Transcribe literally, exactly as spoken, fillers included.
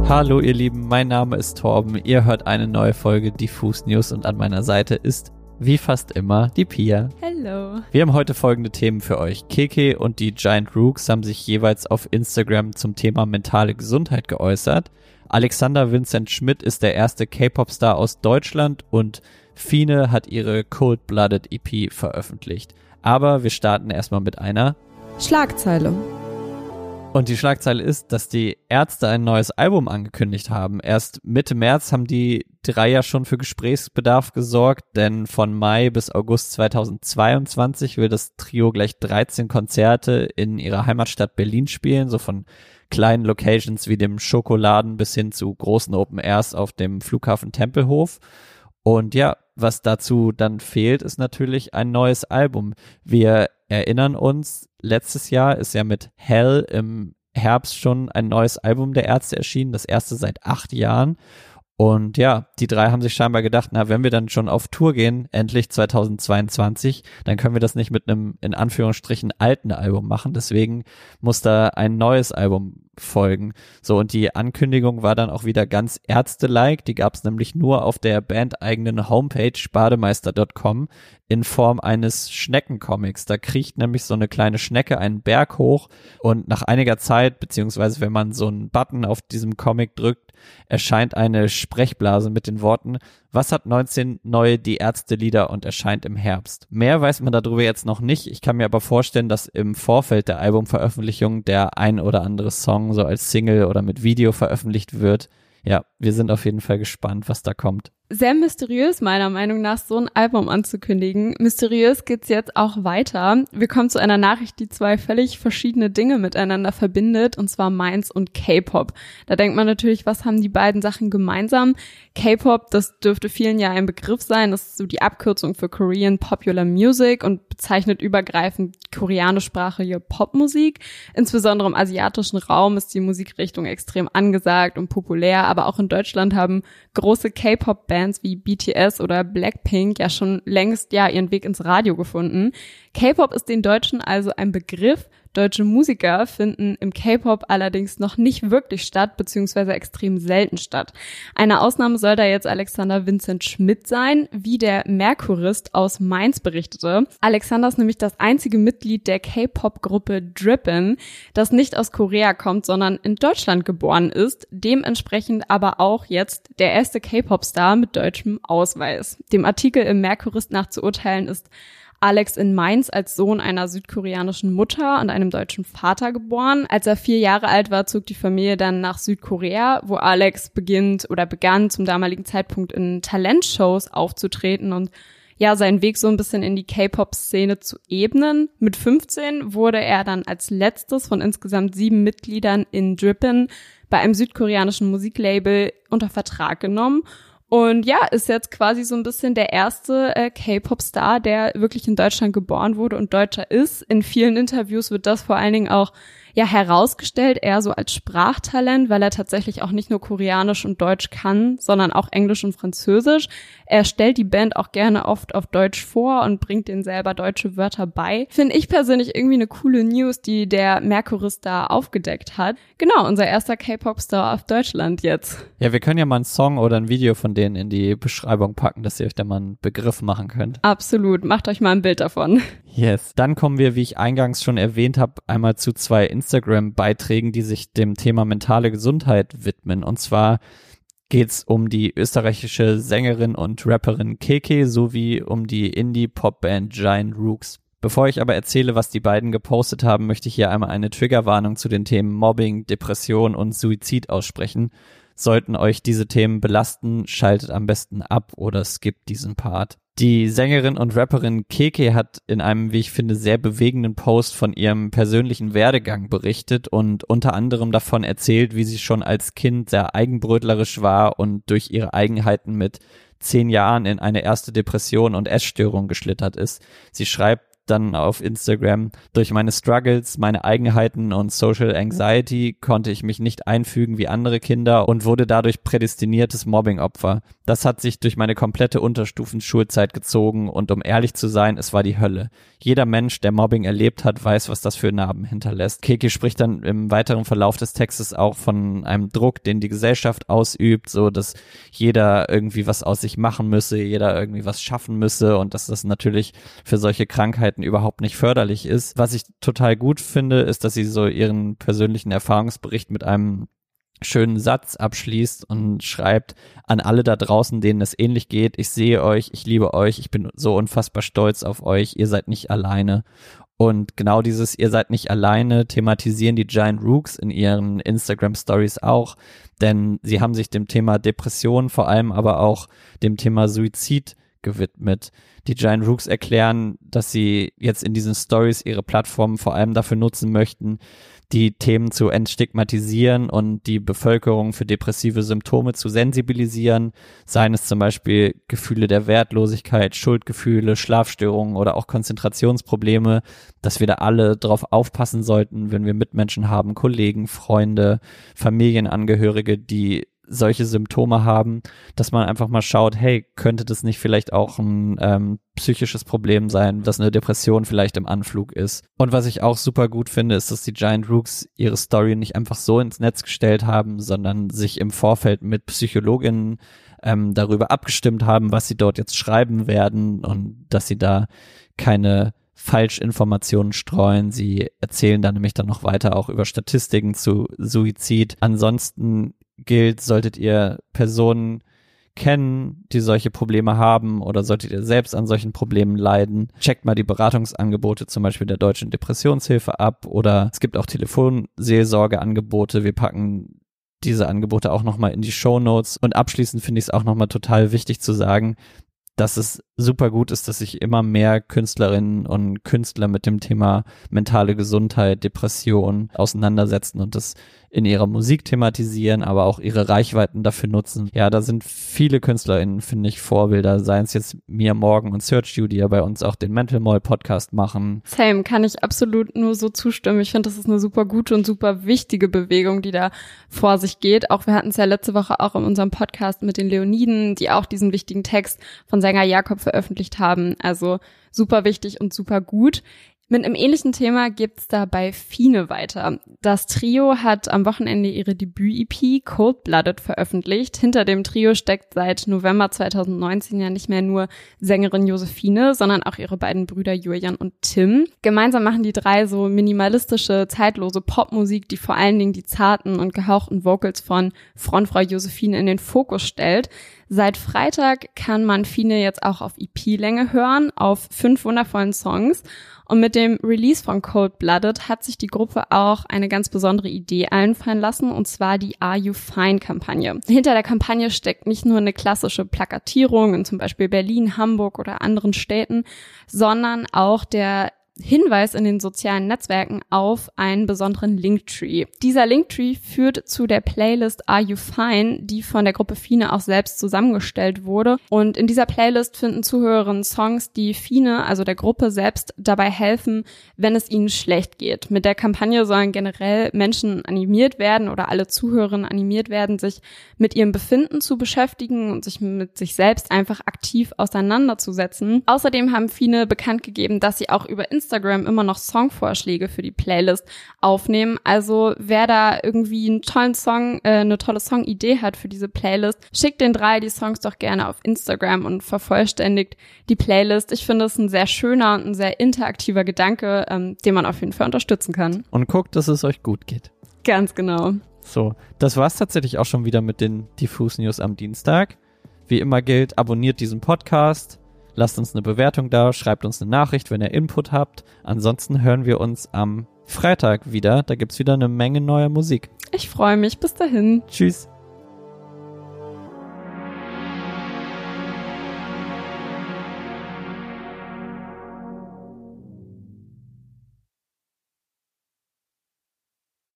Hallo ihr Lieben, mein Name ist Torben, ihr hört eine neue Folge Diffus News und an meiner Seite ist, wie fast immer, die Pia. Hello. Wir haben heute folgende Themen für euch. Keke und die Giant Rooks haben sich jeweils auf Instagram zum Thema mentale Gesundheit geäußert. Alexander Vincent Schmidt ist der erste K-Pop-Star aus Deutschland und Fine hat ihre Cold-Blooded E P veröffentlicht. Aber wir starten erstmal mit einer Schlagzeile. Und die Schlagzeile ist, dass die Ärzte ein neues Album angekündigt haben. Erst Mitte März haben die drei ja schon für Gesprächsbedarf gesorgt, denn von Mai bis August zweitausendzweiundzwanzig will das Trio gleich dreizehn Konzerte in ihrer Heimatstadt Berlin spielen, so von kleinen Locations wie dem Schokoladen bis hin zu großen Open Airs auf dem Flughafen Tempelhof. Und ja, was dazu dann fehlt, ist natürlich ein neues Album. Wir erinnern uns, letztes Jahr ist ja mit Hell im Herbst schon ein neues Album der Ärzte erschienen, das erste seit acht Jahren. Und ja, die drei haben sich scheinbar gedacht, na, wenn wir dann schon auf Tour gehen, endlich zweitausendzweiundzwanzig, dann können wir das nicht mit einem, in Anführungsstrichen, alten Album machen. Deswegen muss da ein neues Album folgen. So, und die Ankündigung war dann auch wieder ganz Ärzte-like. Die gab es nämlich nur auf der bandeigenen Homepage bademeister Punkt com in Form eines Schneckencomics. Da kriecht nämlich so eine kleine Schnecke einen Berg hoch und nach einiger Zeit, beziehungsweise wenn man so einen Button auf diesem Comic drückt, erscheint eine Sprechblase mit den Worten: Was hat neunzehn neue Die Ärzte-Lieder und erscheint im Herbst? Mehr weiß man darüber jetzt noch nicht. Ich kann mir aber vorstellen, dass im Vorfeld der Albumveröffentlichung der ein oder andere Song so als Single oder mit Video veröffentlicht wird. Ja, wir sind auf jeden Fall gespannt, was da kommt. Sehr mysteriös, meiner Meinung nach, so ein Album anzukündigen. Mysteriös geht's jetzt auch weiter. Wir kommen zu einer Nachricht, die zwei völlig verschiedene Dinge miteinander verbindet, und zwar Mainz und K-Pop. Da denkt man natürlich, was haben die beiden Sachen gemeinsam? K-Pop, das dürfte vielen ja ein Begriff sein. Das ist so die Abkürzung für Korean Popular Music und bezeichnet übergreifend koreanischsprachige Popmusik. Insbesondere im asiatischen Raum ist die Musikrichtung extrem angesagt und populär, aber auch in Deutschland haben große K-Pop-Bands wie B T S oder Blackpink ja schon längst ja ihren Weg ins Radio gefunden. K-Pop ist den Deutschen also ein Begriff. Deutsche Musiker finden im K-Pop allerdings noch nicht wirklich statt, beziehungsweise extrem selten statt. Eine Ausnahme soll da jetzt Alexander Vincent Schmidt sein, wie der Merkurist aus Mainz berichtete. Alexander ist nämlich das einzige Mitglied der K-Pop-Gruppe Drippin, das nicht aus Korea kommt, sondern in Deutschland geboren ist, dementsprechend aber auch jetzt der erste K-Pop-Star mit deutschem Ausweis. Dem Artikel im Merkurist nach zu urteilen ist Alex in Mainz als Sohn einer südkoreanischen Mutter und einem deutschen Vater geboren. Als er vier Jahre alt war, zog die Familie dann nach Südkorea, wo Alex beginnt oder begann zum damaligen Zeitpunkt in Talentshows aufzutreten und ja, seinen Weg so ein bisschen in die K-Pop-Szene zu ebnen. Mit fünfzehn wurde er dann als letztes von insgesamt sieben Mitgliedern in Drippin bei einem südkoreanischen Musiklabel unter Vertrag genommen. Und ja, ist jetzt quasi so ein bisschen der erste äh, K-Pop-Star, der wirklich in Deutschland geboren wurde und Deutscher ist. In vielen Interviews wird das vor allen Dingen auch ja herausgestellt, eher so als Sprachtalent, weil er tatsächlich auch nicht nur Koreanisch und Deutsch kann, sondern auch Englisch und Französisch. Er stellt die Band auch gerne oft auf Deutsch vor und bringt denen selber deutsche Wörter bei. Finde ich persönlich irgendwie eine coole News, die der Merkurist da aufgedeckt hat. Genau, unser erster K-Pop-Star auf Deutschland jetzt. Ja, wir können ja mal einen Song oder ein Video von denen in die Beschreibung packen, dass ihr euch da mal einen Begriff machen könnt. Absolut, macht euch mal ein Bild davon. Yes. Dann kommen wir, wie ich eingangs schon erwähnt habe, einmal zu zwei Instagram-Beiträgen, die sich dem Thema mentale Gesundheit widmen. Und zwar geht's um die österreichische Sängerin und Rapperin Keke sowie um die Indie-Pop-Band Giant Rooks. Bevor ich aber erzähle, was die beiden gepostet haben, möchte ich hier einmal eine Triggerwarnung zu den Themen Mobbing, Depression und Suizid aussprechen. Sollten euch diese Themen belasten, schaltet am besten ab oder skippt diesen Part. Die Sängerin und Rapperin Keke hat in einem, wie ich finde, sehr bewegenden Post von ihrem persönlichen Werdegang berichtet und unter anderem davon erzählt, wie sie schon als Kind sehr eigenbrötlerisch war und durch ihre Eigenheiten mit zehn Jahren in eine erste Depression und Essstörung geschlittert ist. Sie schreibt dann auf Instagram, durch meine Struggles, meine Eigenheiten und Social Anxiety konnte ich mich nicht einfügen wie andere Kinder und wurde dadurch prädestiniertes Mobbing-Opfer. Das hat sich durch meine komplette Unterstufenschulzeit gezogen und um ehrlich zu sein, es war die Hölle. Jeder Mensch, der Mobbing erlebt hat, weiß, was das für Narben hinterlässt. Keki spricht dann im weiteren Verlauf des Textes auch von einem Druck, den die Gesellschaft ausübt, so dass jeder irgendwie was aus sich machen müsse, jeder irgendwie was schaffen müsse und dass das natürlich für solche Krankheiten überhaupt nicht förderlich ist. Was ich total gut finde, ist, dass sie so ihren persönlichen Erfahrungsbericht mit einem schönen Satz abschließt und schreibt: An alle da draußen, denen es ähnlich geht, ich sehe euch, ich liebe euch, ich bin so unfassbar stolz auf euch, ihr seid nicht alleine. Und genau dieses ihr seid nicht alleine thematisieren die Giant Rooks in ihren Instagram-Stories auch, denn sie haben sich dem Thema Depression, vor allem aber auch dem Thema Suizid gewidmet. Die Giant Rooks erklären, dass sie jetzt in diesen Stories ihre Plattformen vor allem dafür nutzen möchten, die Themen zu entstigmatisieren und die Bevölkerung für depressive Symptome zu sensibilisieren, seien es zum Beispiel Gefühle der Wertlosigkeit, Schuldgefühle, Schlafstörungen oder auch Konzentrationsprobleme, dass wir da alle drauf aufpassen sollten, wenn wir Mitmenschen haben, Kollegen, Freunde, Familienangehörige, die solche Symptome haben, dass man einfach mal schaut, hey, könnte das nicht vielleicht auch ein ähm, psychisches Problem sein, dass eine Depression vielleicht im Anflug ist. Und was ich auch super gut finde, ist, dass die Giant Rooks ihre Story nicht einfach so ins Netz gestellt haben, sondern sich im Vorfeld mit Psychologinnen ähm, darüber abgestimmt haben, was sie dort jetzt schreiben werden und dass sie da keine Falschinformationen streuen. Sie erzählen dann nämlich dann noch weiter auch über Statistiken zu Suizid. Ansonsten gilt, solltet ihr Personen kennen, die solche Probleme haben oder solltet ihr selbst an solchen Problemen leiden, checkt mal die Beratungsangebote zum Beispiel der Deutschen Depressionshilfe ab oder es gibt auch Telefonseelsorgeangebote. Wir packen diese Angebote auch nochmal in die Shownotes und abschließend finde ich es auch nochmal total wichtig zu sagen, dass es super gut ist, dass sich immer mehr Künstlerinnen und Künstler mit dem Thema mentale Gesundheit, Depression auseinandersetzen und das in ihrer Musik thematisieren, aber auch ihre Reichweiten dafür nutzen. Ja, da sind viele KünstlerInnen, finde ich, Vorbilder, seien es jetzt Mia Morgan und Search You, die ja bei uns auch den Mental Mall Podcast machen. Same, kann ich absolut nur so zustimmen. Ich finde, das ist eine super gute und super wichtige Bewegung, die da vor sich geht. Auch wir hatten es ja letzte Woche auch in unserem Podcast mit den Leoniden, die auch diesen wichtigen Text von Sänger Jakob veröffentlicht haben. Also super wichtig und super gut. Mit einem ähnlichen Thema gibt's da bei Fine weiter. Das Trio hat am Wochenende ihre Debüt-E P Cold Blooded veröffentlicht. Hinter dem Trio steckt seit November zweitausendneunzehn ja nicht mehr nur Sängerin Josephine, sondern auch ihre beiden Brüder Julian und Tim. Gemeinsam machen die drei so minimalistische, zeitlose Popmusik, die vor allen Dingen die zarten und gehauchten Vocals von Frontfrau Josephine in den Fokus stellt. Seit Freitag kann man Fine jetzt auch auf E P-Länge hören, auf fünf wundervollen Songs. Und mit dem Release von Cold Blooded hat sich die Gruppe auch eine ganz besondere Idee einfallen lassen, und zwar die Are You Fine-Kampagne. Hinter der Kampagne steckt nicht nur eine klassische Plakatierung in zum Beispiel Berlin, Hamburg oder anderen Städten, sondern auch der Hinweis in den sozialen Netzwerken auf einen besonderen Linktree. Dieser Linktree führt zu der Playlist Are You Fine, die von der Gruppe Fine auch selbst zusammengestellt wurde. Und in dieser Playlist finden Zuhörerinnen Songs, die Fine, also der Gruppe selbst, dabei helfen, wenn es ihnen schlecht geht. Mit der Kampagne sollen generell Menschen animiert werden oder alle Zuhörerinnen animiert werden, sich mit ihrem Befinden zu beschäftigen und sich mit sich selbst einfach aktiv auseinanderzusetzen. Außerdem haben Fine bekannt gegeben, dass sie auch über Instagram immer noch Songvorschläge für die Playlist aufnehmen. Also wer da irgendwie einen tollen Song, äh, eine tolle Songidee hat für diese Playlist, schickt den drei die Songs doch gerne auf Instagram und vervollständigt die Playlist. Ich finde es ein sehr schöner und ein sehr interaktiver Gedanke, ähm, den man auf jeden Fall unterstützen kann. Und guckt, dass es euch gut geht. Ganz genau. So, das war's tatsächlich auch schon wieder mit den Diffus News am Dienstag. Wie immer gilt, abonniert diesen Podcast. Lasst uns eine Bewertung da, schreibt uns eine Nachricht, wenn ihr Input habt. Ansonsten hören wir uns am Freitag wieder. Da gibt's wieder eine Menge neuer Musik. Ich freue mich. Bis dahin. Tschüss.